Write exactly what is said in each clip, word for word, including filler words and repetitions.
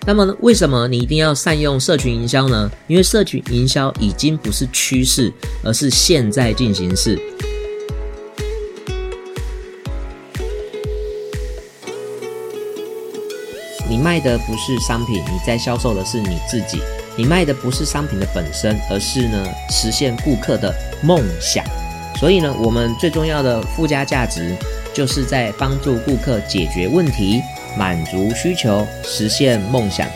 那么为什么你一定要善用社群营销呢？因为社群营销已经不是趋势，而是现在进行式。你卖的不是商品，你在销售的是你自己。你卖的不是商品的本身，而是呢实现顾客的梦想。所以呢，我们最重要的附加价值，就是在帮助顾客解决问题，满足需求，实现梦想。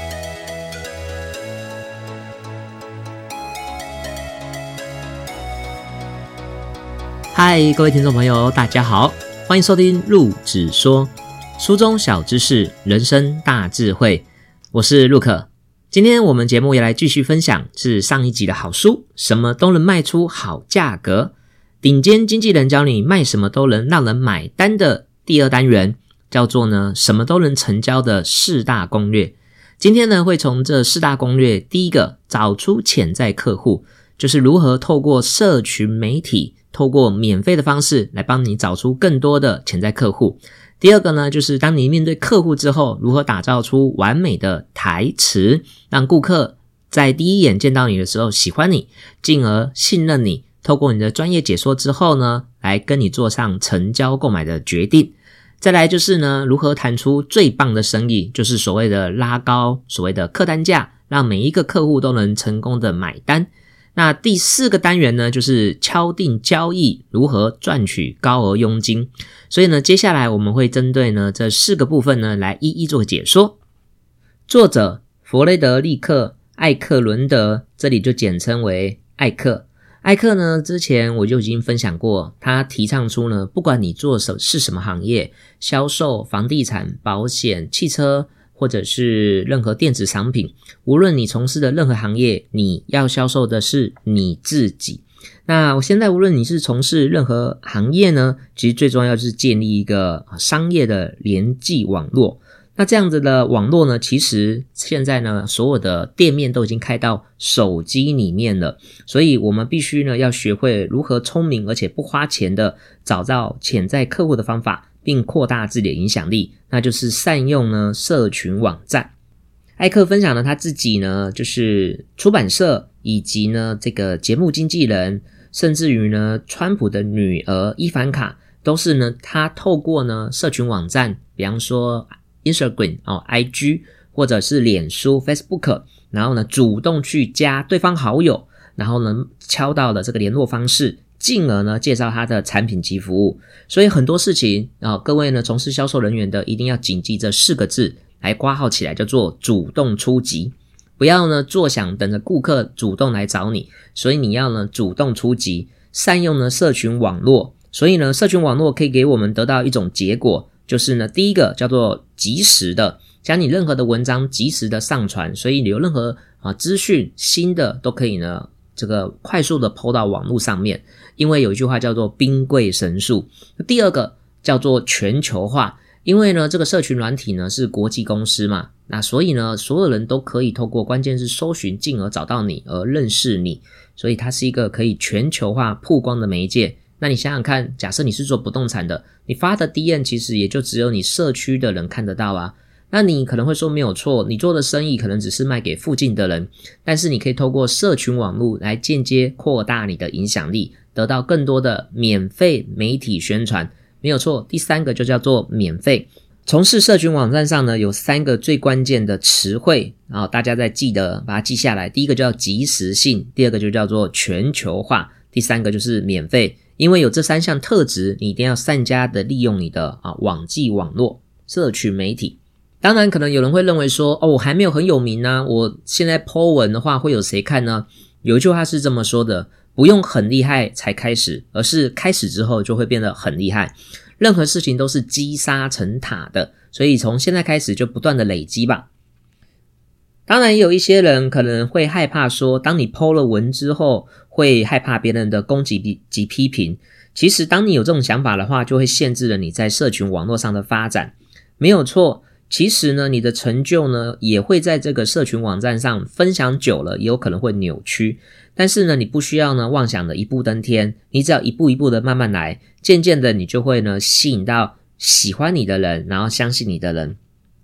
嗨，各位听众朋友，大家好，欢迎收听陆子说，书中小知识，人生大智慧。我是陆可。今天我们节目要来继续分享是上一集的好书，什么都能卖出好价格，顶尖经纪人教你卖什么都能让人买单的第二单元，叫做呢什么都能成交的四大攻略。今天呢会从这四大攻略，第一个找出潜在客户，就是如何透过社群媒体，透过免费的方式来帮你找出更多的潜在客户。第二个呢，就是当你面对客户之后，如何打造出完美的台词，让顾客在第一眼见到你的时候喜欢你，进而信任你，透过你的专业解说之后呢，来跟你做上成交购买的决定。再来就是呢，如何谈出最棒的生意，就是所谓的拉高所谓的客单价，让每一个客户都能成功的买单。那第四个单元呢，就是敲定交易，如何赚取高额佣金。所以呢，接下来我们会针对呢这四个部分呢来一一做解说。作者弗雷德利克·艾克伦德，这里就简称为艾克。艾克呢，之前我就已经分享过，他提倡出呢，不管你做的是什么行业，销售、房地产、保险、汽车，或者是任何电子商品，无论你从事的任何行业，你要销售的是你自己。那我现在无论你是从事任何行业呢，其实最重要就是建立一个商业的联际网络。那这样子的网络呢，其实现在呢，所有的店面都已经开到手机里面了，所以我们必须呢要学会如何聪明而且不花钱的找到潜在客户的方法，并扩大自己的影响力，那就是善用呢社群网站。艾克分享了他自己呢，就是出版社以及呢这个节目经纪人，甚至于呢川普的女儿伊凡卡，都是呢他透过呢社群网站，比方说 Instagram、哦、I G 或者是脸书 Facebook， 然后呢主动去加对方好友，然后呢敲到了这个联络方式，进而呢介绍他的产品及服务。所以很多事情啊、哦，各位呢从事销售人员的一定要谨记这四个字来括号起来，叫做主动出击。不要呢坐享等着顾客主动来找你，所以你要呢主动出击，善用呢社群网络。所以呢社群网络可以给我们得到一种结果，就是呢第一个叫做及时的，将你任何的文章及时的上传，所以你有任何啊资讯新的都可以呢这个快速的 po 到网络上面，因为有一句话叫做兵贵神速。第二个叫做全球化，因为呢这个社群软体呢是国际公司嘛，那所以呢所有人都可以透过关键字搜寻，进而找到你而认识你，所以它是一个可以全球化曝光的媒介。那你想想看，假设你是做不动产的，你发的 D M 其实也就只有你社区的人看得到啊。那你可能会说没有错，你做的生意可能只是卖给附近的人，但是你可以透过社群网络来间接扩大你的影响力，得到更多的免费媒体宣传，没有错。第三个就叫做免费。从事社群网站上呢，有三个最关键的词汇，然后大家再记得把它记下来。第一个叫即时性，第二个就叫做全球化，第三个就是免费。因为有这三项特质，你一定要善加的利用你的啊网际网络、社群媒体。当然可能有人会认为说，哦，我还没有很有名啊，我现在 po 文的话会有谁看呢？有一句话是这么说的，不用很厉害才开始，而是开始之后就会变得很厉害。任何事情都是积沙成塔的，所以从现在开始就不断的累积吧。当然也有一些人可能会害怕说，当你 po 了文之后会害怕别人的攻击及批评。其实当你有这种想法的话，就会限制了你在社群网络上的发展。没有错，其实呢你的成就呢也会在这个社群网站上分享久了也有可能会扭曲。但是呢你不需要呢妄想的一步登天，你只要一步一步的慢慢来，渐渐的你就会呢吸引到喜欢你的人，然后相信你的人。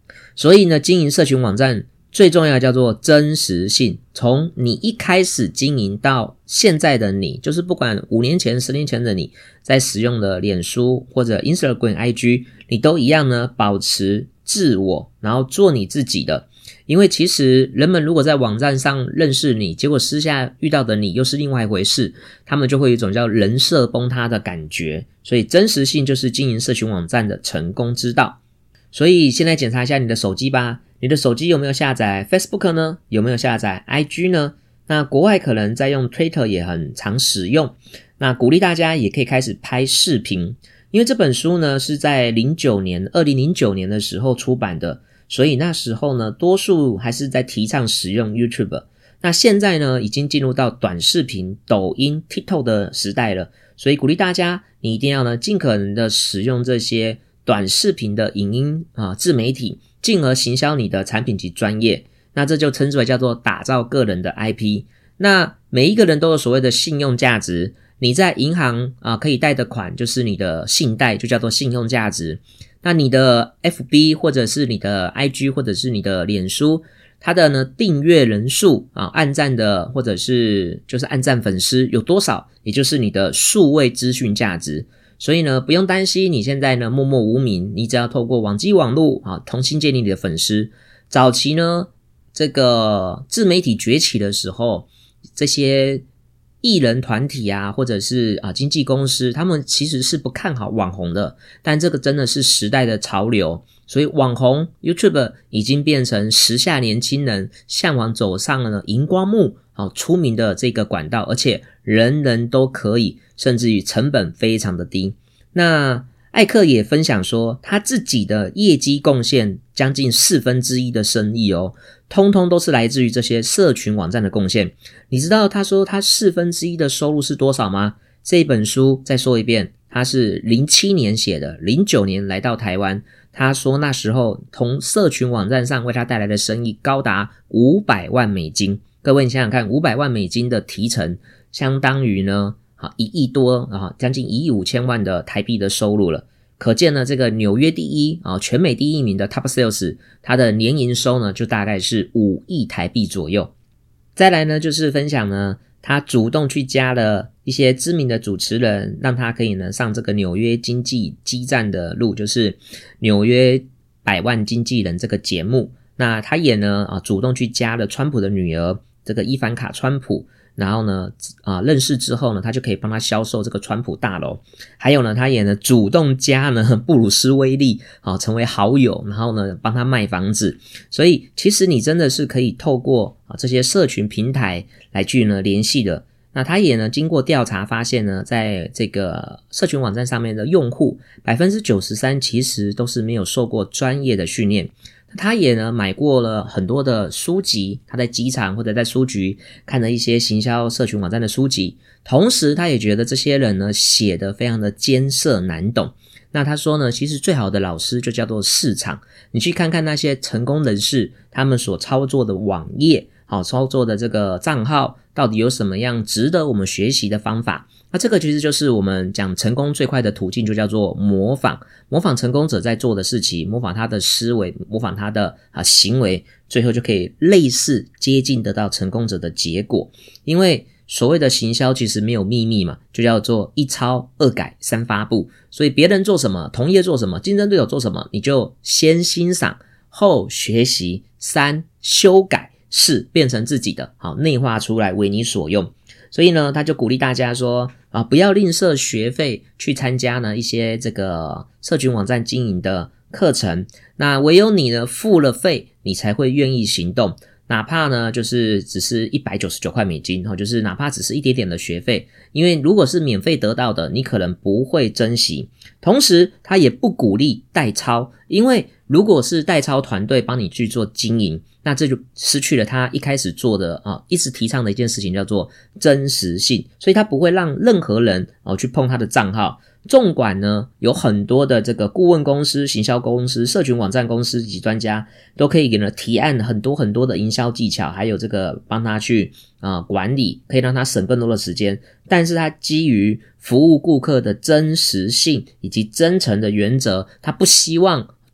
所以呢，经营社群网站最重要的叫做真实性，从你一开始经营到现在的你，就是不管五年前十年前的你在使用的脸书或者 Instagram、I G， 你都一样呢保持自我，然后做你自己的。因为其实人们如果在网站上认识你，结果私下遇到的你又是另外一回事，他们就会有一种叫人设崩塌的感觉。所以真实性就是经营社群网站的成功之道。所以现在检查一下你的手机吧，你的手机有没有下载 Facebook 呢？有没有下载 I G 呢？那国外可能在用 Twitter 也很常使用。那鼓励大家也可以开始拍视频，因为这本书呢是在零九年二零零九年的时候出版的，所以那时候呢多数还是在提倡使用 YouTube。 那现在呢已经进入到短视频抖音 TikTok 的时代了，所以鼓励大家你一定要呢尽可能的使用这些短视频的影音啊自媒体，进而行销你的产品及专业。那这就称之为叫做打造个人的 I P。 那每一个人都有所谓的信用价值，你在银行啊可以贷的款就是你的信贷，就叫做信用价值。那你的 F B 或者是你的 I G 或者是你的脸书，它的呢订阅人数啊按赞的或者是就是按赞粉丝有多少，也就是你的数位资讯价值。所以呢不用担心你现在呢默默无名，你只要透过网际网络啊重新建立你的粉丝。早期呢这个自媒体崛起的时候，这些艺人团体啊或者是啊经纪公司，他们其实是不看好网红的，但这个真的是时代的潮流，所以网红 YouTube 已经变成时下年轻人向往走上了荧光幕啊出名的这个管道，而且人人都可以，甚至于成本非常的低。那艾克也分享说他自己的业绩贡献将近四分之一的生意哦，通通都是来自于这些社群网站的贡献。你知道他说他四分之一的收入是多少吗？这一本书再说一遍，他是零七年写的，零九年来到台湾，他说那时候从社群网站上为他带来的生意高达五百万美金。各位你想想看，五百万美金的提成相当于呢好一亿多啊，将近一亿五千万的台币的收入了。可见呢这个纽约第一啊全美第一名的 Top Sales， 他的年营收呢就大概是五亿台币左右。再来呢就是分享呢他主动去加了一些知名的主持人，让他可以呢上这个纽约经济基站的路，就是纽约百万经纪人这个节目。那他也呢啊主动去加了川普的女儿这个伊凡卡川普，然后呢啊认识之后呢他就可以帮他销售这个川普大楼。还有呢他也呢主动加呢布鲁斯威利啊成为好友，然后呢帮他卖房子。所以其实你真的是可以透过啊这些社群平台来去呢联系的。那他也呢经过调查发现呢，在这个社群网站上面的用户 百分之九十三 其实都是没有受过专业的训练。他也呢买过了很多的书籍，他在机场或者在书局看了一些行销社群网站的书籍，同时他也觉得这些人呢写得非常的艰涩难懂。那他说呢其实最好的老师就叫做市场，你去看看那些成功人士他们所操作的网页好操作的这个账号到底有什么样值得我们学习的方法。那这个其实就是我们讲成功最快的途径，就叫做模仿，模仿成功者在做的事情，模仿他的思维，模仿他的啊行为，最后就可以类似接近得到成功者的结果。因为所谓的行销其实没有秘密嘛，就叫做一抄二改三发布。所以别人做什么，同业做什么，竞争对手做什么，你就先欣赏后学习，三修改，四变成自己的，好内化出来为你所用。所以呢他就鼓励大家说啊，不要吝啬学费去参加呢一些这个社群网站经营的课程。那唯有你呢付了费，你才会愿意行动，哪怕呢就是只是一百九十九块美金，就是哪怕只是一点点的学费。因为如果是免费得到的，你可能不会珍惜。同时他也不鼓励代操，因为如果是代操团队帮你去做经营，那这就失去了他一开始做的啊，一直提倡的一件事情叫做真实性。所以他不会让任何人哦去碰他的账号。纵管呢有很多的这个顾问公司、行销公司、社群网站公司以及专家都可以给他提案很多很多的营销技巧，还有这个帮他去啊、呃、管理，可以让他省更多的时间。但是他基于服务顾客的真实性以及真诚的原则，他不希望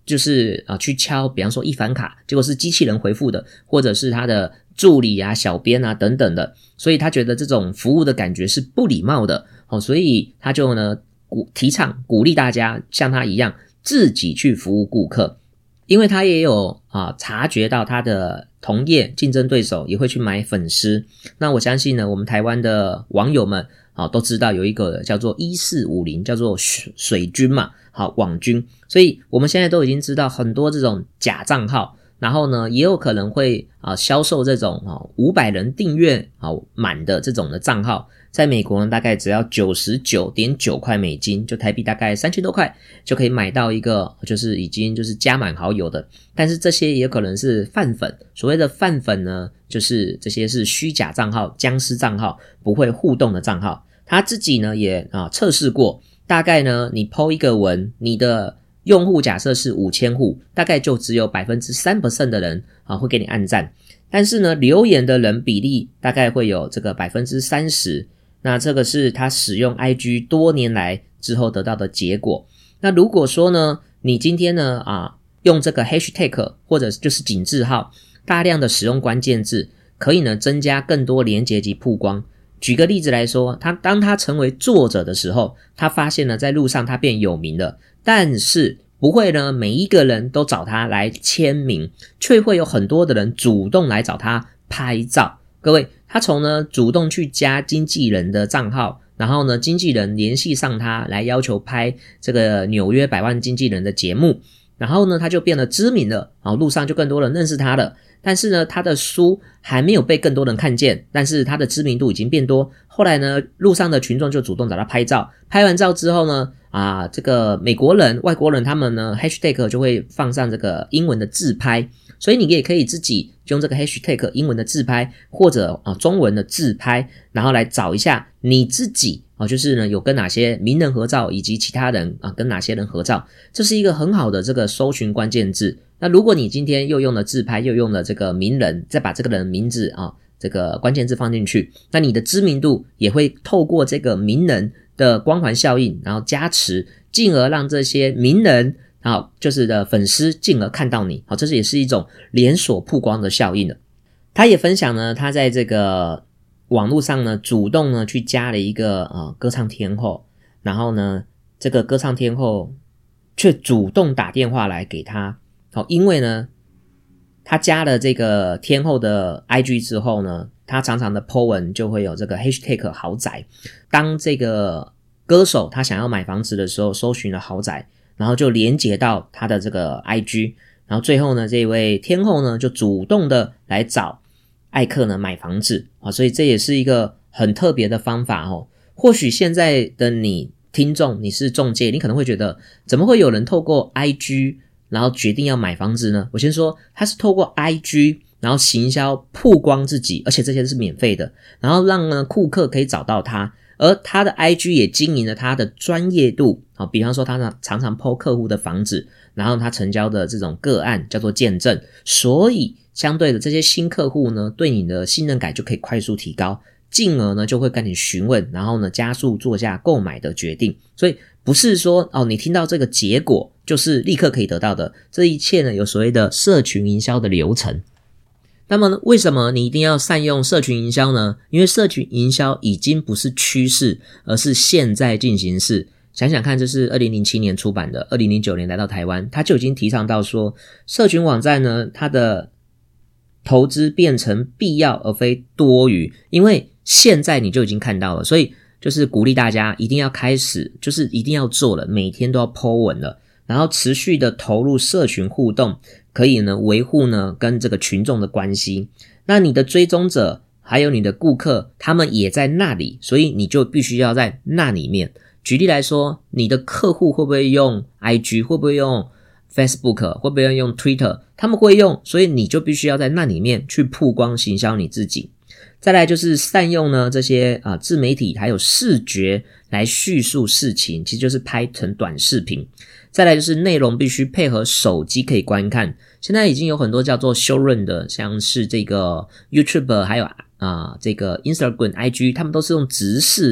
就是啊去敲比方说一凡卡，结果是机器人回复的，或者是他的助理啊小编啊等等的，所以他觉得这种服务的感觉是不礼貌的，哦，所以他就呢鼓提倡鼓励大家像他一样自己去服务顾客，因为他也有啊察觉到他的同业竞争对手也会去买粉丝。那我相信呢，我们台湾的网友们啊都知道有一个叫做一四五零，叫做水军嘛，好网军，所以我们现在都已经知道很多这种假账号，然后呢也有可能会啊销售这种啊五百人订阅啊满的这种的账号，在美国呢大概只要 九十九点九 块美金，就台币大概三千多块就可以买到一个就是已经就是加满好友的。但是这些也可能是泛粉，所谓的泛粉呢就是这些是虚假账号、僵尸账号，不会互动的账号。他自己呢也啊测试过，大概呢你 po 一个文，你的用户假设是五千户，大概就只有 百分之三 的人啊会给你按赞，但是呢留言的人比例大概会有这个 百分之三十， 那这个是他使用 I G 多年来之后得到的结果。那如果说呢你今天呢啊用这个 hashtag 或者就是井字号大量的使用关键字，可以呢增加更多连结及曝光。举个例子来说，他当他成为作者的时候，他发现呢在路上他变有名了，但是不会呢每一个人都找他来签名，却会有很多的人主动来找他拍照。各位，他从呢主动去加经纪人的账号，然后呢经纪人联系上他来要求拍这个纽约百万经纪人的节目，然后呢他就变得知名了，然后路上就更多人认识他了。但是呢他的书还没有被更多人看见，但是他的知名度已经变多。后来呢路上的群众就主动找他拍照，拍完照之后呢啊这个美国人外国人他们呢 hashtag 就会放上这个英文的自拍，所以你也可以自己用这个 hashtag 英文的自拍或者啊中文的自拍，然后来找一下你自己啊就是呢有跟哪些名人合照，以及其他人啊跟哪些人合照，这是一个很好的这个搜寻关键字。那如果你今天又用了自拍，又用了这个名人，再把这个人的名字啊这个关键字放进去，那你的知名度也会透过这个名人的光环效应然后加持，进而让这些名人好就是的粉丝进而看到你，好，这也是一种连锁曝光的效应了。他也分享呢他在这个网络上呢主动呢去加了一个呃歌唱天后，然后呢这个歌唱天后却主动打电话来给他，好，因为呢他加了这个天后的 I G 之后呢，他常常的 po 文就会有这个 hashtag 豪宅，当这个歌手他想要买房子的时候搜寻了豪宅，然后就连接到他的这个 I G， 然后最后呢这位天后呢就主动的来找艾克呢买房子啊，所以这也是一个很特别的方法哦。或许现在的你听众你是中介，你可能会觉得怎么会有人透过 I G 然后决定要买房子呢？我先说他是透过 I G 然后行销曝光自己，而且这些是免费的，然后让呢顾客可以找到他，而他的 I G 也经营了他的专业度，好，比方说他常常 po 客户的房子，然后他成交的这种个案叫做见证，所以相对的这些新客户呢对你的信任感就可以快速提高，进而呢就会跟你询问，然后呢加速做下购买的决定。所以不是说哦你听到这个结果就是立刻可以得到的，这一切呢有所谓的社群营销的流程。那么呢为什么你一定要善用社群营销呢？因为社群营销已经不是趋势，而是现在进行式。想想看，这是二零零七年出版的，二零零九年来到台湾，他就已经提倡到说社群网站呢它的投资变成必要而非多余，因为现在你就已经看到了，所以就是鼓励大家一定要开始，就是一定要做了，每天都要 po 文了，然后持续的投入社群互动，可以呢维护呢跟这个群众的关系。那你的追踪者还有你的顾客他们也在那里，所以你就必须要在那里面。举例来说，你的客户会不会用 I G， 会不会用 Facebook， 会不会用 Twitter， 他们会用，所以你就必须要在那里面去曝光行销你自己。再来就是善用呢这些啊自媒体还有视觉来叙述事情，其实就是拍成短视频。再来就是内容必须配合手机可以观看，现在已经有很多叫做 showrun 的，像是这个 YouTube 还有啊这个 Instagram I G， 他们都是用直视的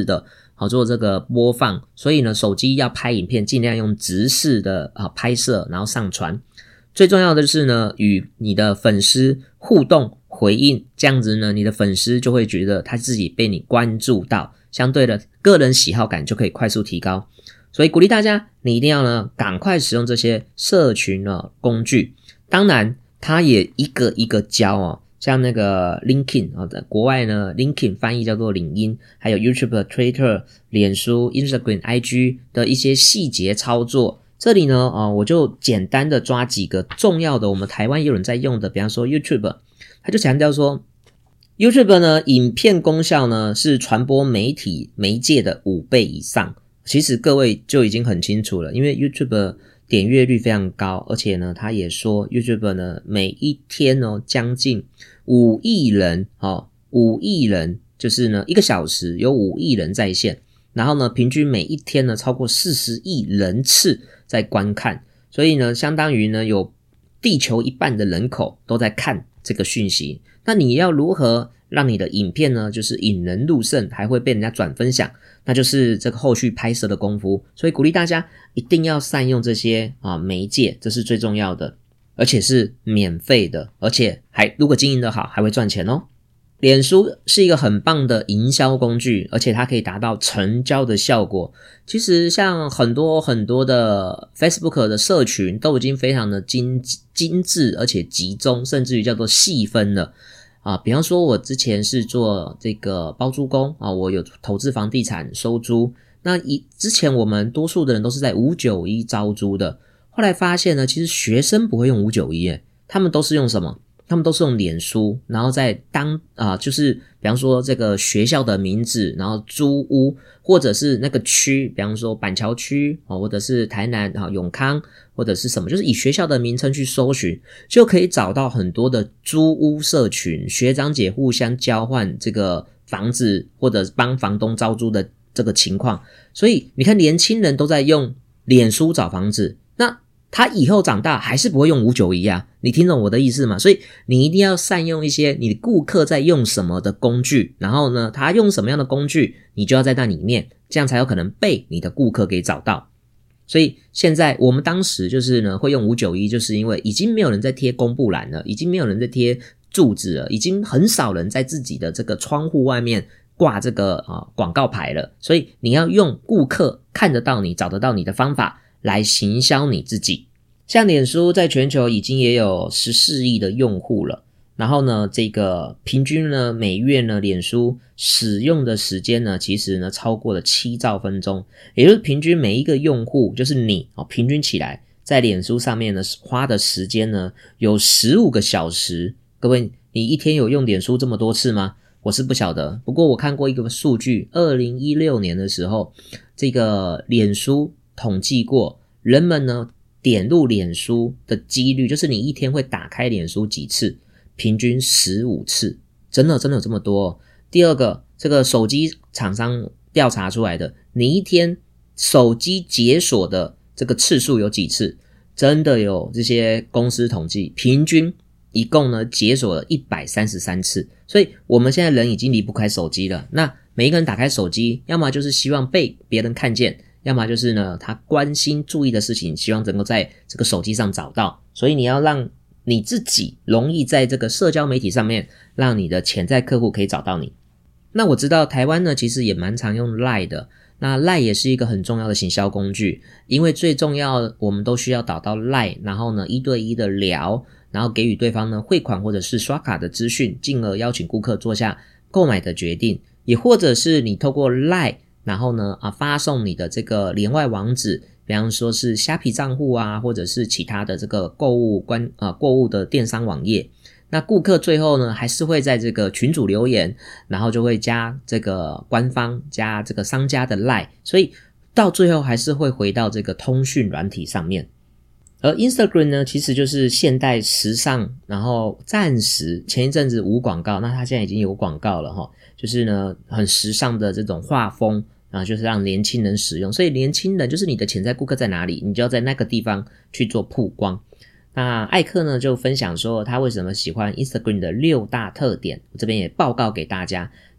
好做这个播放，所以呢手机要拍影片尽量用直视的啊拍摄然后上传。最重要的是呢与你的粉丝互动回应，这样子呢你的粉丝就会觉得他自己被你关注到，相对的个人喜好感就可以快速提高。所以鼓励大家你一定要呢赶快使用这些社群的工具，当然它也一个一个教哦，像那个 LinkedIn 哦，国外呢 LinkedIn 翻译叫做领英，还有 YouTube、Twitter、脸书、Instagram、I G 的一些细节操作。这里呢哦，我就简单的抓几个重要的，我们台湾也有人在用的，比方说 YouTube， 他就强调说 YouTube 呢影片功效呢是传播媒体媒介的五倍以上。其实各位就已经很清楚了，因为 YouTube 点阅率非常高，而且呢他也说 YouTube 呢每一天哦将近五亿人哦，五亿人就是呢一个小时有五亿人在线，然后呢平均每一天呢超过四十亿人次在观看，所以呢相当于呢有地球一半的人口都在看这个讯息。那你要如何让你的影片呢就是引人入胜，还会被人家转分享，那就是这个后续拍摄的功夫。所以鼓励大家一定要善用这些啊媒介，这是最重要的，而且是免费的，而且还如果经营得好还会赚钱哦。脸书是一个很棒的营销工具，而且它可以达到成交的效果。其实像很多很多的 Facebook 的社群都已经非常的精精致，而且集中，甚至于叫做细分了啊。比方说我之前是做这个包租公啊，我有投资房地产收租，那以之前我们多数的人都是在五九一招租的，后来发现呢其实学生不会用五九一耶，他们都是用什么？他们都是用脸书，然后再当啊、呃，就是比方说这个学校的名字，然后租屋，或者是那个区，比方说板桥区、哦、或者是台南啊、哦、永康，或者是什么，就是以学校的名称去搜寻，就可以找到很多的租屋社群，学长姐互相交换这个房子，或者帮房东招租的这个情况。所以你看年轻人都在用脸书找房子，那他以后长大还是不会用五九一啊，你听懂我的意思吗？所以你一定要善用一些你的顾客在用什么的工具，然后呢他用什么样的工具，你就要在那里面，这样才有可能被你的顾客给找到。所以现在我们当时就是呢会用五九一，就是因为已经没有人在贴公布栏了，已经没有人在贴柱子了，已经很少人在自己的这个窗户外面挂这个啊广告牌了，所以你要用顾客看得到你找得到你的方法来行销你自己。像脸书在全球已经也有十四亿的用户了，然后呢这个平均呢每月呢脸书使用的时间呢其实呢超过了七兆分钟，也就是平均每一个用户就是你哦，平均起来在脸书上面呢花的时间呢有十五个小时。各位你一天有用脸书这么多次吗？我是不晓得，不过我看过一个数据，二零一六年的时候这个脸书统计过人们呢点入脸书的几率，就是你一天会打开脸书几次，平均十五次，真的真的有这么多哦。第二个，这个手机厂商调查出来的，你一天手机解锁的这个次数有几次，真的有这些公司统计，平均一共呢解锁了一百三十三次。所以我们现在人已经离不开手机了，那每一个人打开手机，要么就是希望被别人看见，要么就是呢他关心注意的事情希望能够在这个手机上找到。所以你要让你自己容易在这个社交媒体上面让你的潜在客户可以找到你。那我知道台湾呢其实也蛮常用 LINE 的，那 LINE 也是一个很重要的行销工具，因为最重要我们都需要导到 LINE， 然后呢一对一的聊，然后给予对方呢汇款或者是刷卡的资讯，进而邀请顾客做下购买的决定。也或者是你透过 LINE然后呢啊发送你的这个连外网址，比方说是虾皮账户啊，或者是其他的这个购物关啊购物的电商网页。那顾客最后呢还是会在这个群组留言，然后就会加这个官方加这个商家的 LINE， 所以到最后还是会回到这个通讯软体上面。而 Instagram 呢其实就是现代时尚，然后暂时前一阵子无广告，那它现在已经有广告了齁，就是呢很时尚的这种画风，然后就是让年轻人使用，所以年轻人就是你的潜在顾客在哪里，你就要在那个地方去做曝光。那艾克呢就分享说他为什么喜欢 Instagram 的六大特点，我这边也报告给大家。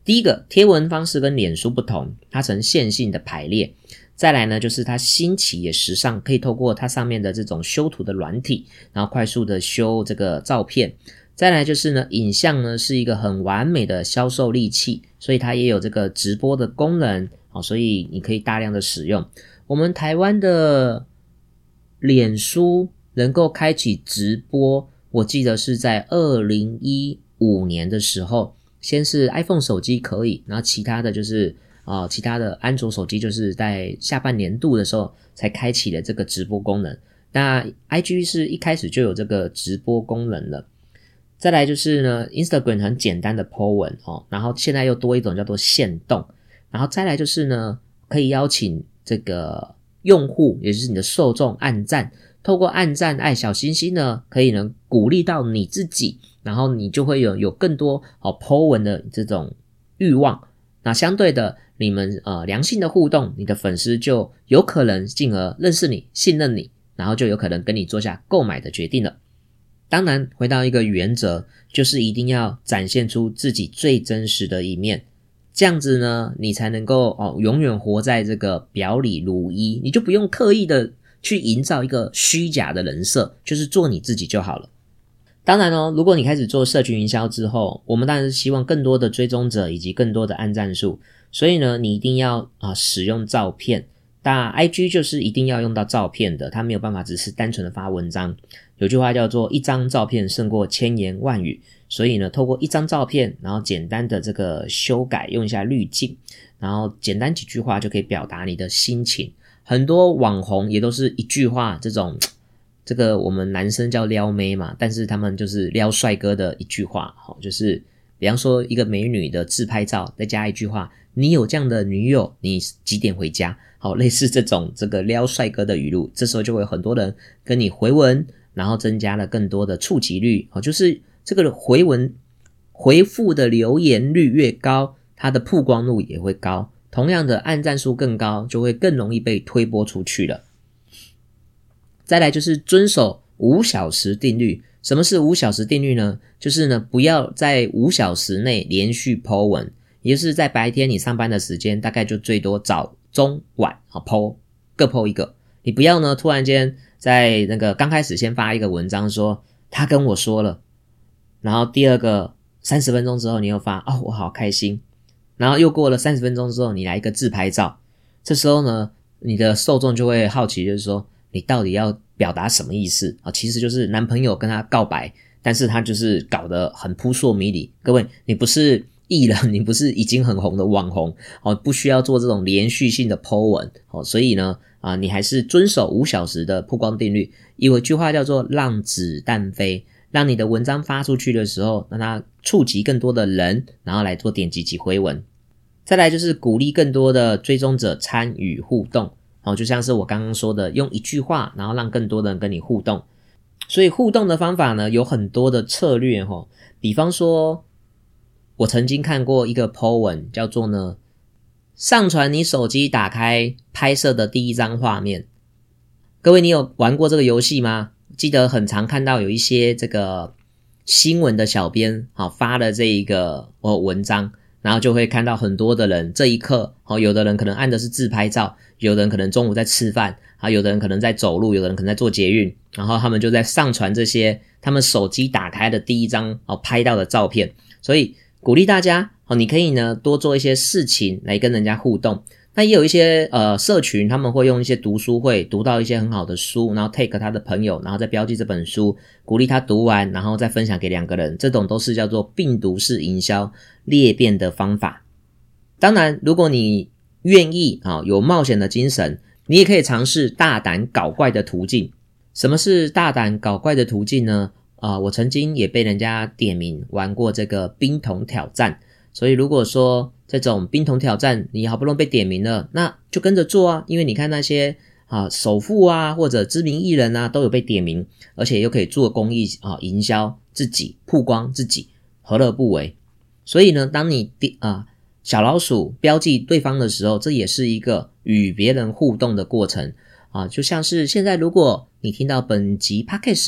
第一个，贴文方式跟脸书不同，它呈线性的排列。再来呢，就是它新奇也时尚，可以透过它上面的这种修图的软体，然后快速的修这个照片。再来就是呢，影像呢是一个很完美的销售利器，所以它也有这个直播的功能，所以你可以大量的使用。我们台湾的脸书能够开启直播，我记得是在二零一五年的时候，先是 iPhone 手机可以，然后其他的就是呃，其他的安卓手机就是在下半年度的时候才开启了这个直播功能。那 I G 是一开始就有这个直播功能了。再来就是呢 Instagram 很简单的 po 文、哦、然后现在又多一种叫做限动。然后再来就是呢，可以邀请这个用户，也就是你的受众按赞，透过按赞爱小星星呢，可以呢鼓励到你自己，然后你就会有有更多、哦、po 文的这种欲望。那相对的，你们呃良性的互动，你的粉丝就有可能进而认识你、信任你，然后就有可能跟你做下购买的决定了。当然，回到一个原则，就是一定要展现出自己最真实的一面，这样子呢，你才能够哦永远活在这个表里如一，你就不用刻意的去营造一个虚假的人设，就是做你自己就好了。当然哦，如果你开始做社群营销之后，我们当然是希望更多的追踪者以及更多的按赞数，所以呢，你一定要啊使用照片。那 I G 就是一定要用到照片的，它没有办法只是单纯的发文章。有句话叫做一张照片胜过千言万语，所以呢，透过一张照片，然后简单的这个修改，用一下滤镜，然后简单几句话就可以表达你的心情。很多网红也都是一句话，这种这个我们男生叫撩妹嘛，但是他们就是撩帅哥的一句话，就是比方说一个美女的自拍照，再加一句话，你有这样的女友，你几点回家？好，类似这种这个撩帅哥的语录，这时候就会有很多人跟你回文，然后增加了更多的触及率。好，就是这个回文回复的留言率越高，它的曝光率也会高，同样的按赞数更高，就会更容易被推播出去了。再来就是遵守五小时定律。什么是五小时定律呢？就是呢，不要在五小时内连续 po 文，也就是在白天你上班的时间，大概就最多早中晚 po 各 po 一个。你不要呢突然间在那个刚开始先发一个文章说他跟我说了，然后第二个三十分钟之后你又发哦我好开心，然后又过了三十分钟之后你来一个自拍照，这时候呢你的受众就会好奇，就是说你到底要表达什么意思啊？其实就是男朋友跟他告白，但是他就是搞得很扑朔迷离。各位，你不是艺人，你不是已经很红的网红哦，不需要做这种连续性的 po 文哦。所以呢，啊，你还是遵守五小时的曝光定律。有一句话叫做让子弹飞，让你的文章发出去的时候，让它触及更多的人，然后来做点击及回文。再来就是鼓励更多的追踪者参与互动。哦，就像是我刚刚说的，用一句话，然后让更多的人跟你互动。所以互动的方法呢，有很多的策略齁。比方说，我曾经看过一个 po 文，叫做呢，上传你手机打开拍摄的第一张画面。各位，你有玩过这个游戏吗？记得很常看到有一些这个新闻的小编好发了这一个哦文章。然后就会看到很多的人，这一刻，哦，有的人可能按的是自拍照，有的人可能中午在吃饭，啊，有的人可能在走路，有的人可能在做捷运，然后他们就在上传这些他们手机打开的第一张哦拍到的照片。所以鼓励大家，哦，你可以呢多做一些事情来跟人家互动。那也有一些呃社群，他们会用一些读书会，读到一些很好的书，然后 take 他的朋友，然后再标记这本书，鼓励他读完，然后再分享给两个人，这种都是叫做病毒式营销裂变的方法。当然，如果你愿意啊，有冒险的精神，你也可以尝试大胆搞怪的途径。什么是大胆搞怪的途径呢？啊，我曾经也被人家点名玩过这个冰桶挑战。所以如果说这种冰桶挑战你好不容易被点名了，那就跟着做啊，因为你看那些啊首富啊或者知名艺人啊都有被点名，而且又可以做公益啊营销自己，曝光自己，何乐不为。所以呢，当你啊小老鼠标记对方的时候，这也是一个与别人互动的过程啊，就像是现在如果你听到本集 Podcast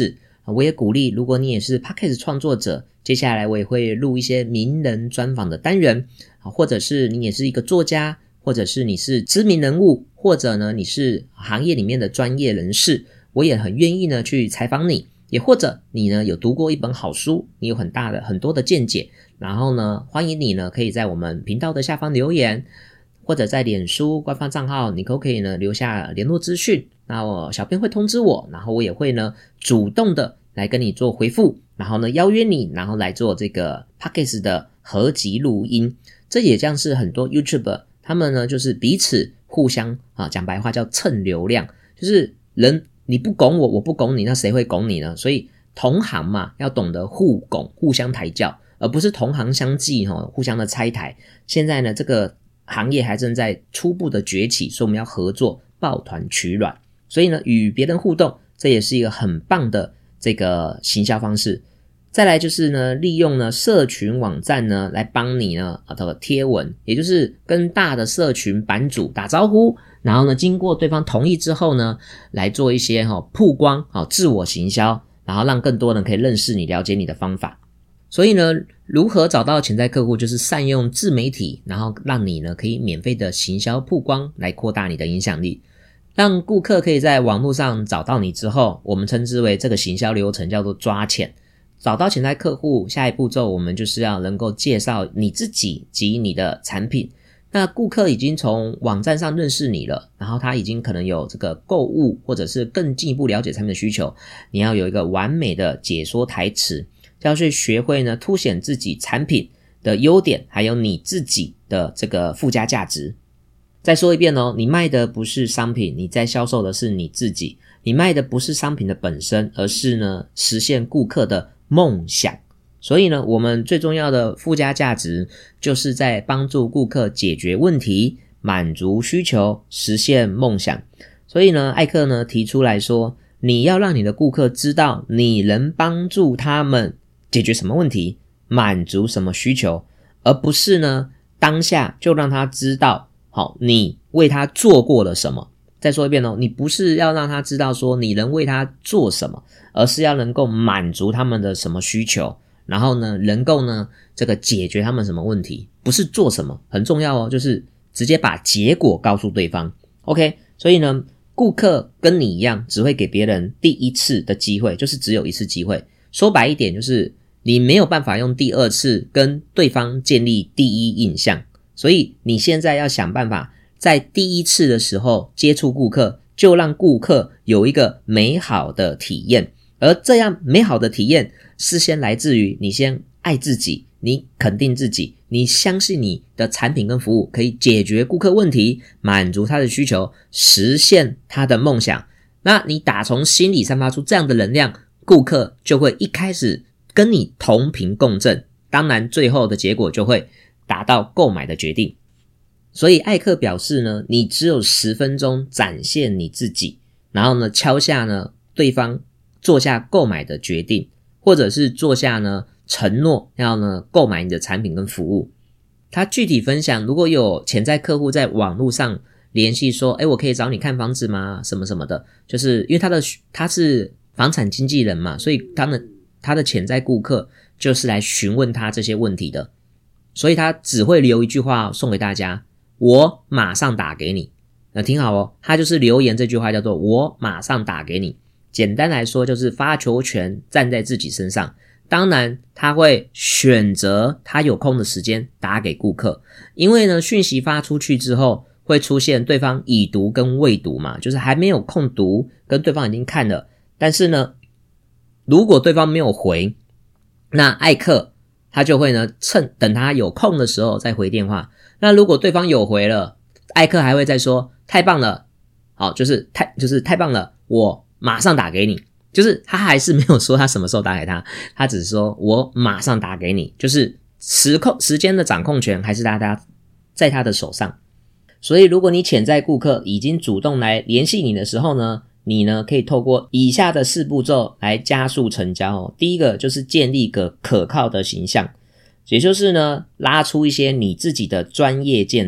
我也鼓励如果你也是 Podcast 创作者，接下来我也会录一些名人专访的单元，或者是你也是一个作家，或者是你是知名人物，或者呢你是行业里面的专业人士，我也很愿意呢去采访你，也或者你呢有读过一本好书，你有很大的很多的见解，然后呢欢迎你呢可以在我们频道的下方留言，或者在脸书官方账号你都可以呢留下联络资讯，那我小编会通知我，然后我也会呢主动的来跟你做回复，然后呢邀约你，然后来做这个 Podcast 的合集录音。这也像是很多 YouTuber 他们呢就是彼此互相啊，讲白话叫蹭流量，就是人你不拱我我不拱你，那谁会拱你呢？所以同行嘛要懂得互拱互相抬轿，而不是同行相忌齁，互相的拆台。现在呢这个行业还正在初步的崛起，所以我们要合作抱团取暖，所以呢与别人互动，这也是一个很棒的这个行销方式。再来就是呢利用呢社群网站呢来帮你呢啊这个贴文，也就是跟大的社群版主打招呼，然后呢经过对方同意之后呢来做一些齁曝光齁自我行销，然后让更多人可以认识你了解你的方法。所以呢如何找到潜在客户，就是善用自媒体，然后让你呢可以免费的行销曝光来扩大你的影响力，让顾客可以在网络上找到你之后，我们称之为这个行销流程叫做抓潜。找到潜在客户，下一步骤我们就是要能够介绍你自己及你的产品。那顾客已经从网站上认识你了，然后他已经可能有这个购物或者是更进一步了解产品的需求，你要有一个完美的解说台词，要去学会呢凸显自己产品的优点，还有你自己的这个附加价值。再说一遍哦，你卖的不是商品，你在销售的是你自己。你卖的不是商品的本身，而是呢实现顾客的梦想。所以呢我们最重要的附加价值就是在帮助顾客解决问题，满足需求，实现梦想。所以呢艾克呢提出来说，你要让你的顾客知道你能帮助他们解决什么问题，满足什么需求，而不是呢当下就让他知道好你为他做过了什么。再说一遍哦，你不是要让他知道说你能为他做什么，而是要能够满足他们的什么需求，然后呢能够呢这个解决他们什么问题，不是做什么，很重要哦，就是直接把结果告诉对方。 OK， 所以呢顾客跟你一样只会给别人第一次的机会，就是只有一次机会。说白一点，就是你没有办法用第二次跟对方建立第一印象，所以你现在要想办法在第一次的时候接触顾客，就让顾客有一个美好的体验。而这样美好的体验是先来自于你先爱自己，你肯定自己，你相信你的产品跟服务可以解决顾客问题，满足他的需求，实现他的梦想。那你打从心里散发出这样的能量，顾客就会一开始跟你同频共振，当然最后的结果就会达到购买的决定。所以艾克表示呢，你只有十分钟展现你自己，然后呢敲下呢对方做下购买的决定，或者是做下呢承诺要呢购买你的产品跟服务。他具体分享，如果有潜在客户在网络上联系说，诶我可以找你看房子吗？什么什么的，就是因为他的他是房产经纪人嘛，所以他的他的潜在顾客就是来询问他这些问题的，所以他只会留一句话送给大家，我马上打给你。那听好哦，他就是留言这句话叫做我马上打给你。简单来说就是发球权站在自己身上，当然他会选择他有空的时间打给顾客，因为呢讯息发出去之后会出现对方已读跟未读嘛，就是还没有空读跟对方已经看了，但是呢如果对方没有回，那艾克他就会呢趁等他有空的时候再回电话。那如果对方有回了，艾克还会再说太棒了，好，就是太就是太棒了，我马上打给你。就是他还是没有说他什么时候打给他，他只是说我马上打给你，就是时控时间的掌控权还是大家在他的手上。所以如果你潜在顾客已经主动来联系你的时候呢，你呢可以透过以下的四步骤来加速成交哦。第一个就是建立个可靠的形象，也就是呢拉出一些你自己的专业见证，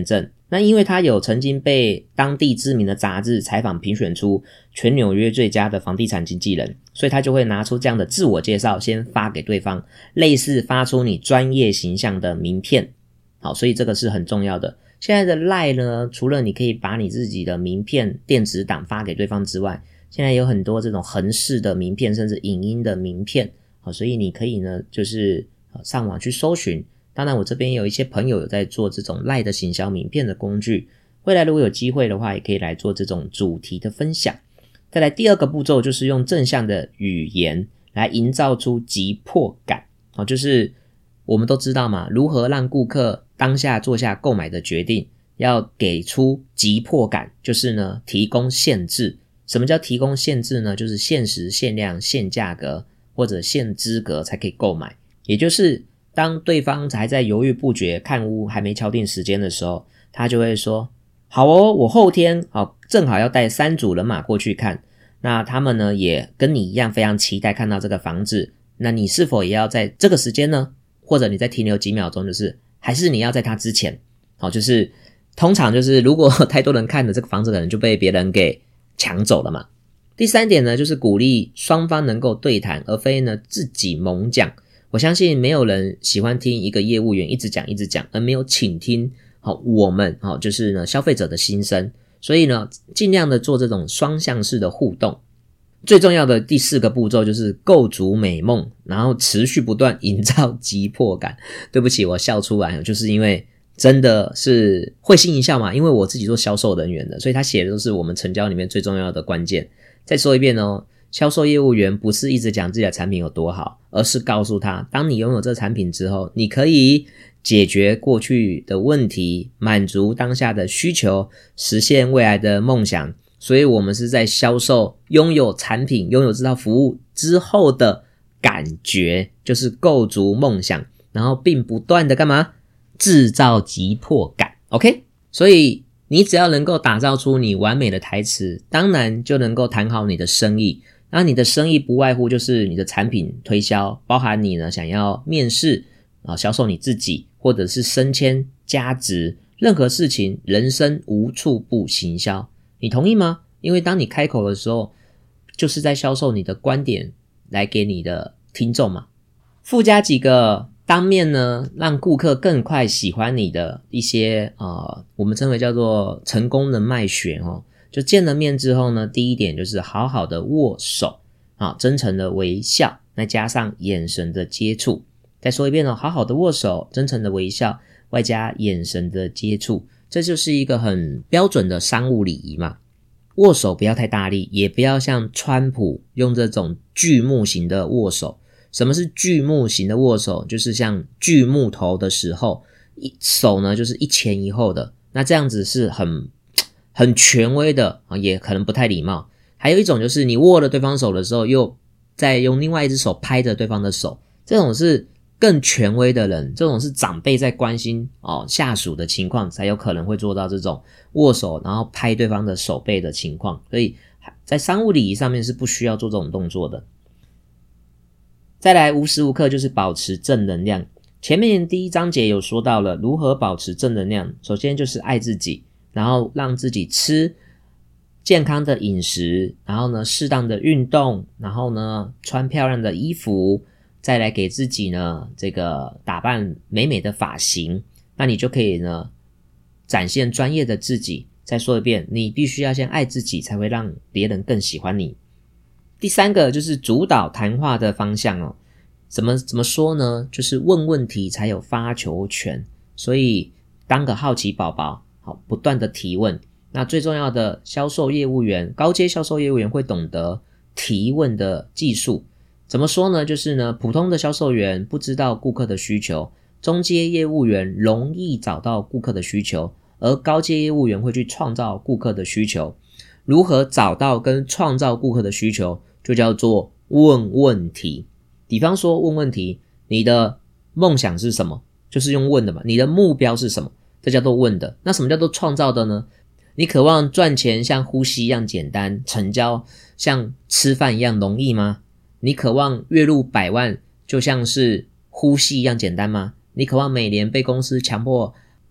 那因为他有曾经被当地知名的杂志采访评选出全纽约最佳的房地产经纪人，所以他就会拿出这样的自我介绍先发给对方，类似发出你专业形象的名片。好，所以这个是很重要的。现在的 LINE 呢，除了你可以把你自己的名片电子档发给对方之外，现在有很多这种横式的名片，甚至影音的名片。好，所以你可以呢就是上网去搜寻。当然我这边有一些朋友有在做这种 LINE 的行销名片的工具，未来如果有机会的话也可以来做这种主题的分享。再来第二个步骤就是用正向的语言来营造出急迫感。好，就是我们都知道嘛，如何让顾客当下做下购买的决定，要给出急迫感，就是呢提供限制。什么叫提供限制呢？就是限时限量限价格或者限资格才可以购买，也就是当对方还在犹豫不决，看屋还没敲定时间的时候，他就会说好哦，我后天好正好要带三组人马过去看，那他们呢也跟你一样非常期待看到这个房子，那你是否也要在这个时间呢？或者你再停留几秒钟，就是还是你要在他之前。好，就是通常就是如果太多人看的这个房子可能就被别人给抢走了嘛。第三点呢，就是鼓励双方能够对谈，而非呢自己猛讲。我相信没有人喜欢听一个业务员一直讲一直讲，而没有倾听好我们好就是呢消费者的心声。所以呢尽量的做这种双向式的互动。最重要的第四个步骤就是构筑美梦，然后持续不断营造急迫感。对不起，我笑出来，就是因为真的是会心一笑嘛，因为我自己做销售人员的，所以他写的都是我们成交里面最重要的关键。再说一遍哦，销售业务员不是一直讲自己的产品有多好，而是告诉他，当你拥有这个产品之后，你可以解决过去的问题，满足当下的需求，实现未来的梦想。所以我们是在销售拥有产品，拥有这套服务之后的感觉，就是构筑梦想，然后并不断的干嘛？制造急迫感。 OK， 所以你只要能够打造出你完美的台词，当然就能够谈好你的生意。那你的生意不外乎就是你的产品推销，包含你呢想要面试啊，销售你自己，或者是升迁加职，任何事情人生无处不行销。你同意吗？因为当你开口的时候，就是在销售你的观点来给你的听众嘛。附加几个当面呢让顾客更快喜欢你的一些呃，我们称为叫做成功人脉学哦。就见了面之后呢，第一点就是好好的握手啊，真诚的微笑，再加上眼神的接触。再说一遍哦，好好的握手，真诚的微笑，外加眼神的接触，这就是一个很标准的商务礼仪嘛。握手不要太大力，也不要像川普用这种锯木型的握手。什么是锯木型的握手？就是像锯木头的时候，一手呢就是一前一后的，那这样子是很很权威的，也可能不太礼貌。还有一种就是你握了对方手的时候，又再用另外一只手拍着对方的手，这种是更权威的人，这种是长辈在关心哦下属的情况才有可能会做到这种握手然后拍对方的手背的情况。所以在商务礼仪上面是不需要做这种动作的。再来无时无刻就是保持正能量。前面第一章节有说到了如何保持正能量，首先就是爱自己，然后让自己吃健康的饮食，然后呢适当的运动，然后呢穿漂亮的衣服，再来给自己呢这个打扮美美的发型，那你就可以呢展现专业的自己。再说一遍，你必须要先爱自己，才会让别人更喜欢你。第三个就是主导谈话的方向哦。怎么怎么说呢？就是问问题才有发球权，所以当个好奇宝宝，好不断的提问。那最重要的销售业务员，高阶销售业务员会懂得提问的技术。怎么说呢？就是呢，普通的销售员不知道顾客的需求，中阶业务员容易找到顾客的需求，而高阶业务员会去创造顾客的需求。如何找到跟创造顾客的需求，就叫做问问题。比方说问问题，你的梦想是什么？就是用问的嘛。你的目标是什么？这叫做问的。那什么叫做创造的呢？你渴望赚钱像呼吸一样简单，成交像吃饭一样容易吗？你渴望月入百万就像是呼吸一样简单吗？你渴望每年被公司强迫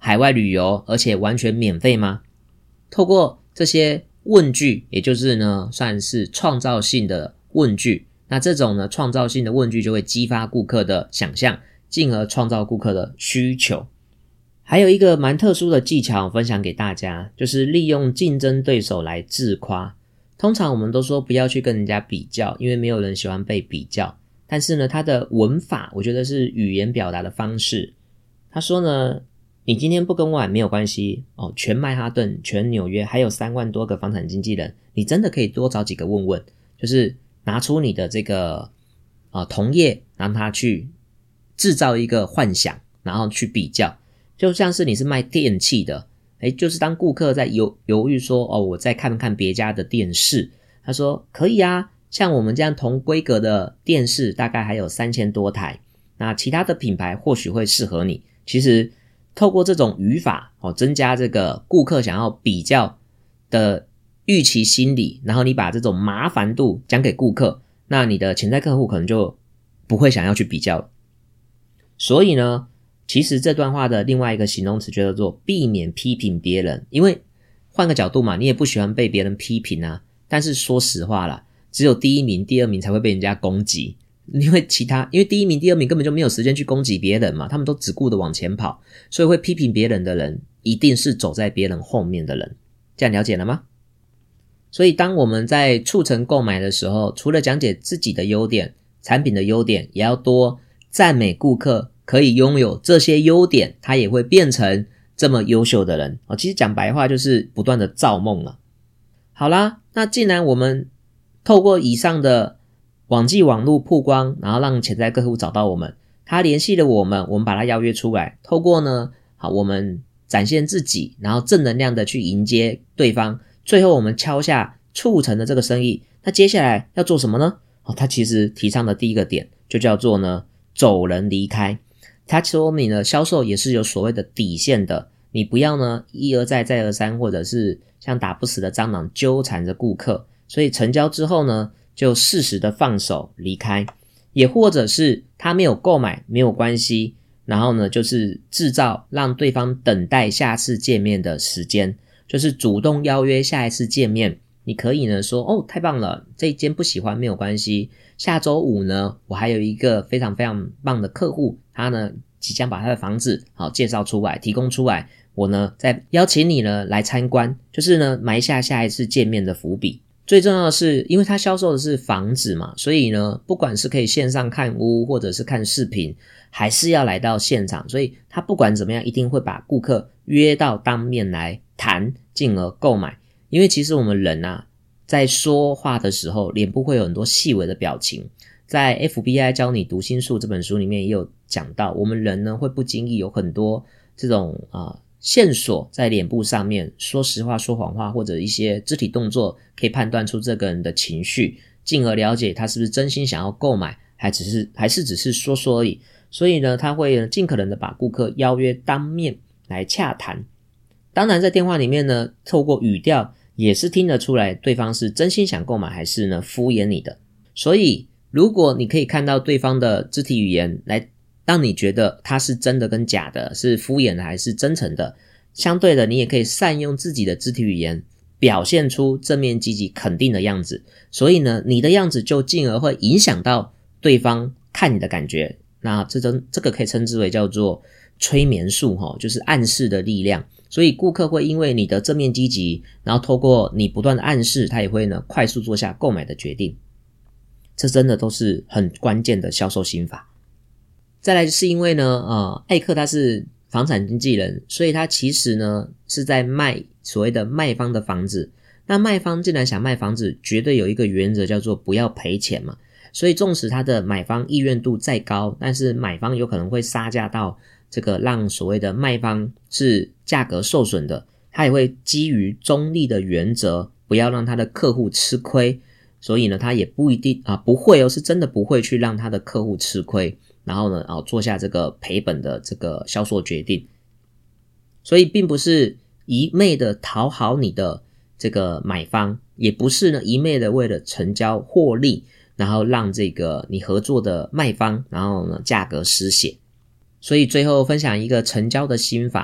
海外旅游，而且完全免费吗？透过这些问句，也就是呢算是创造性的问句，那这种呢创造性的问句就会激发顾客的想象，进而创造顾客的需求。还有一个蛮特殊的技巧分享给大家，就是利用竞争对手来自夸。通常我们都说不要去跟人家比较，因为没有人喜欢被比较，但是呢它的文法我觉得是语言表达的方式。他说呢，你今天不跟我买没有关系哦，全曼哈顿全纽约还有三万多个房产经纪人，你真的可以多找几个问问，就是拿出你的这个呃同业，让他去制造一个幻想，然后去比较。就像是你是卖电器的，诶就是当顾客在犹犹豫说哦，我再看看别家的电视，他说可以啊，像我们这样同规格的电视大概还有三千多台，那其他的品牌或许会适合你。其实透过这种语法哦，增加这个顾客想要比较的预期心理，然后你把这种麻烦度讲给顾客，那你的潜在客户可能就不会想要去比较了。所以呢其实这段话的另外一个形容词就叫做避免批评别人，因为换个角度嘛，你也不喜欢被别人批评啊。但是说实话啦，只有第一名第二名才会被人家攻击，因为其他因为第一名第二名根本就没有时间去攻击别人嘛，他们都只顾着往前跑，所以会批评别人的人一定是走在别人后面的人。这样了解了吗？所以当我们在促成购买的时候，除了讲解自己的优点，产品的优点，也要多赞美顾客可以拥有这些优点，他也会变成这么优秀的人。哦，其实讲白话就是不断的造梦了。好啦，那既然我们透过以上的网际网络曝光，然后让潜在客户找到我们，他联系了我们，我们把他邀约出来，透过呢好我们展现自己，然后正能量的去迎接对方，最后我们敲下促成的这个生意。那接下来要做什么呢？哦，他其实提倡的第一个点就叫做呢走人离开。他说明了销售也是有所谓的底线的，你不要呢一而再再而三，或者是像打不死的蟑螂纠缠着顾客，所以成交之后呢就适时的放手离开。也或者是他没有购买没有关系，然后呢就是制造让对方等待下次见面的时间，就是主动邀约下一次见面。你可以呢说哦太棒了，这一间不喜欢没有关系，下周五呢我还有一个非常非常棒的客户，他呢即将把他的房子好介绍出来提供出来，我呢再邀请你呢来参观，就是呢埋下下一次见面的伏笔。最重要的是因为他销售的是房子嘛，所以呢不管是可以线上看屋或者是看视频，还是要来到现场，所以他不管怎么样一定会把顾客约到当面来谈，进而购买。因为其实我们人啊在说话的时候脸部会有很多细微的表情，在 F B I 教你读心术这本书里面也有讲到，我们人呢会不经意有很多这种啊、呃、线索在脸部上面，说实话说谎话或者一些肢体动作可以判断出这个人的情绪，进而了解他是不是真心想要购买，还只是还是只是说说而已。所以呢他会尽可能的把顾客邀约当面来洽谈。当然在电话里面呢透过语调也是听得出来对方是真心想购买还是呢敷衍你的。所以如果你可以看到对方的肢体语言来让你觉得他是真的跟假的，是敷衍的还是真诚的，相对的你也可以善用自己的肢体语言表现出正面积极肯定的样子，所以呢你的样子就进而会影响到对方看你的感觉。那这种这个可以称之为叫做催眠术，就是暗示的力量。所以顾客会因为你的正面积极，然后透过你不断的暗示，他也会呢快速做下购买的决定。这真的都是很关键的销售心法。再来是因为呢呃，艾克他是房产经纪人，所以他其实呢是在卖所谓的卖方的房子。那卖方既然想卖房子，绝对有一个原则叫做不要赔钱嘛。所以纵使他的买方意愿度再高，但是买方有可能会杀价到这个让所谓的卖方是价格受损的，他也会基于中立的原则，不要让他的客户吃亏。所以呢他也不一定啊，不会哦，是真的不会去让他的客户吃亏，然后呢啊做下这个赔本的这个销售决定。所以并不是一昧的讨好你的这个买方，也不是呢一昧的为了成交获利，然后让这个你合作的卖方然后呢价格失血。所以最后分享一个成交的心法，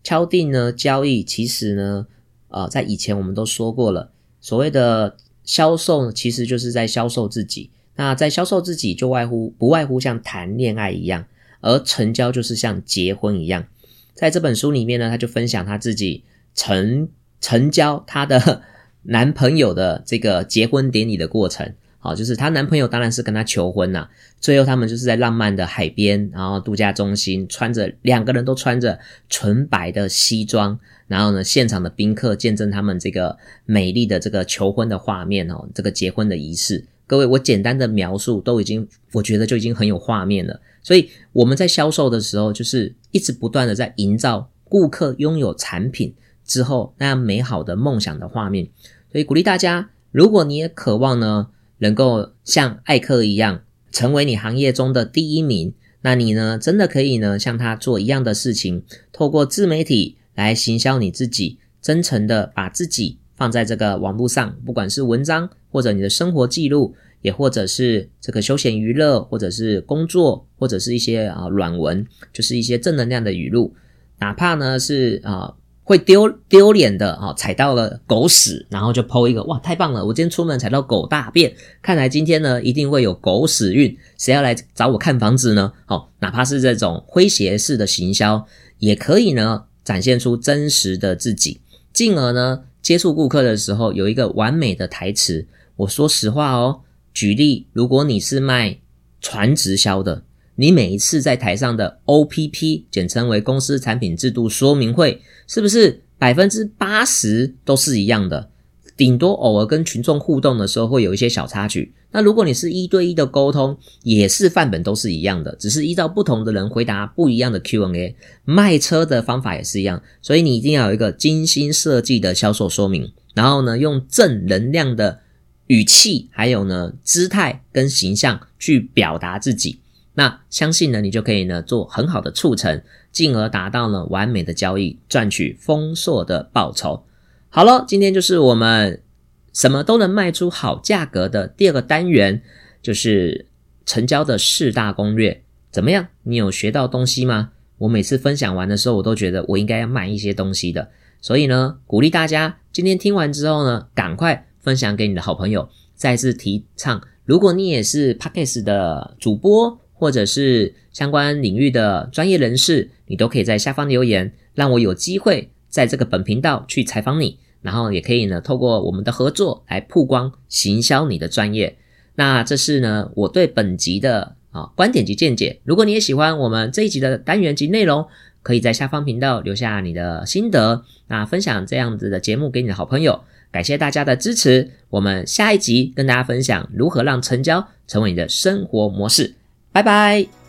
敲定呢交易，其实呢呃，在以前我们都说过了，所谓的销售其实就是在销售自己，那在销售自己就外乎不外乎像谈恋爱一样，而成交就是像结婚一样。在这本书里面呢，他就分享他自己成成交他的男朋友的这个结婚典礼的过程。好，就是她男朋友当然是跟她求婚啦，最后他们就是在浪漫的海边，然后度假中心，穿着两个人都穿着纯白的西装，然后呢现场的宾客见证他们这个美丽的这个求婚的画面哦，这个结婚的仪式。各位，我简单的描述都已经我觉得就已经很有画面了。所以我们在销售的时候，就是一直不断的在营造顾客拥有产品之后那样美好的梦想的画面。所以鼓励大家，如果你也渴望呢能够像艾克一样成为你行业中的第一名，那你呢真的可以呢像他做一样的事情，透过自媒体来行销你自己，真诚的把自己放在这个网络上，不管是文章或者你的生活记录，也或者是这个休闲娱乐，或者是工作，或者是一些啊软文，就是一些正能量的语录，哪怕呢是啊会丢丢脸的啊，踩到了狗屎，然后就 po 一个，哇，太棒了！我今天出门踩到狗大便，看来今天呢一定会有狗屎运，谁要来找我看房子呢？好，哪怕是这种诙谐式的行销，也可以呢展现出真实的自己，进而呢接触顾客的时候有一个完美的台词。我说实话哦，举例，如果你是卖传直销的，你每一次在台上的 O P P 简称为公司产品制度说明会，是不是 百分之八十 都是一样的？顶多偶尔跟群众互动的时候会有一些小插曲。那如果你是一对一的沟通，也是范本都是一样的，只是依照不同的人回答不一样的 Q and A。 卖车的方法也是一样，所以你一定要有一个精心设计的销售说明，然后呢用正能量的语气还有呢姿态跟形象去表达自己，那相信呢你就可以呢做很好的促成，进而达到呢完美的交易，赚取丰硕的报酬。好了，今天就是我们什么都能卖出好价格的第二个单元，就是成交的四大攻略。怎么样，你有学到东西吗？我每次分享完的时候，我都觉得我应该要卖一些东西的，所以呢鼓励大家今天听完之后呢赶快分享给你的好朋友。再次提倡，如果你也是 Podcast 的主播，或者是相关领域的专业人士，你都可以在下方留言，让我有机会在这个本频道去采访你，然后也可以呢透过我们的合作来曝光行销你的专业。那这是呢我对本集的啊观点及见解。如果你也喜欢我们这一集的单元及内容，可以在下方频道留下你的心得，那分享这样子的节目给你的好朋友。感谢大家的支持，我们下一集跟大家分享如何让成交成为你的生活模式。拜拜。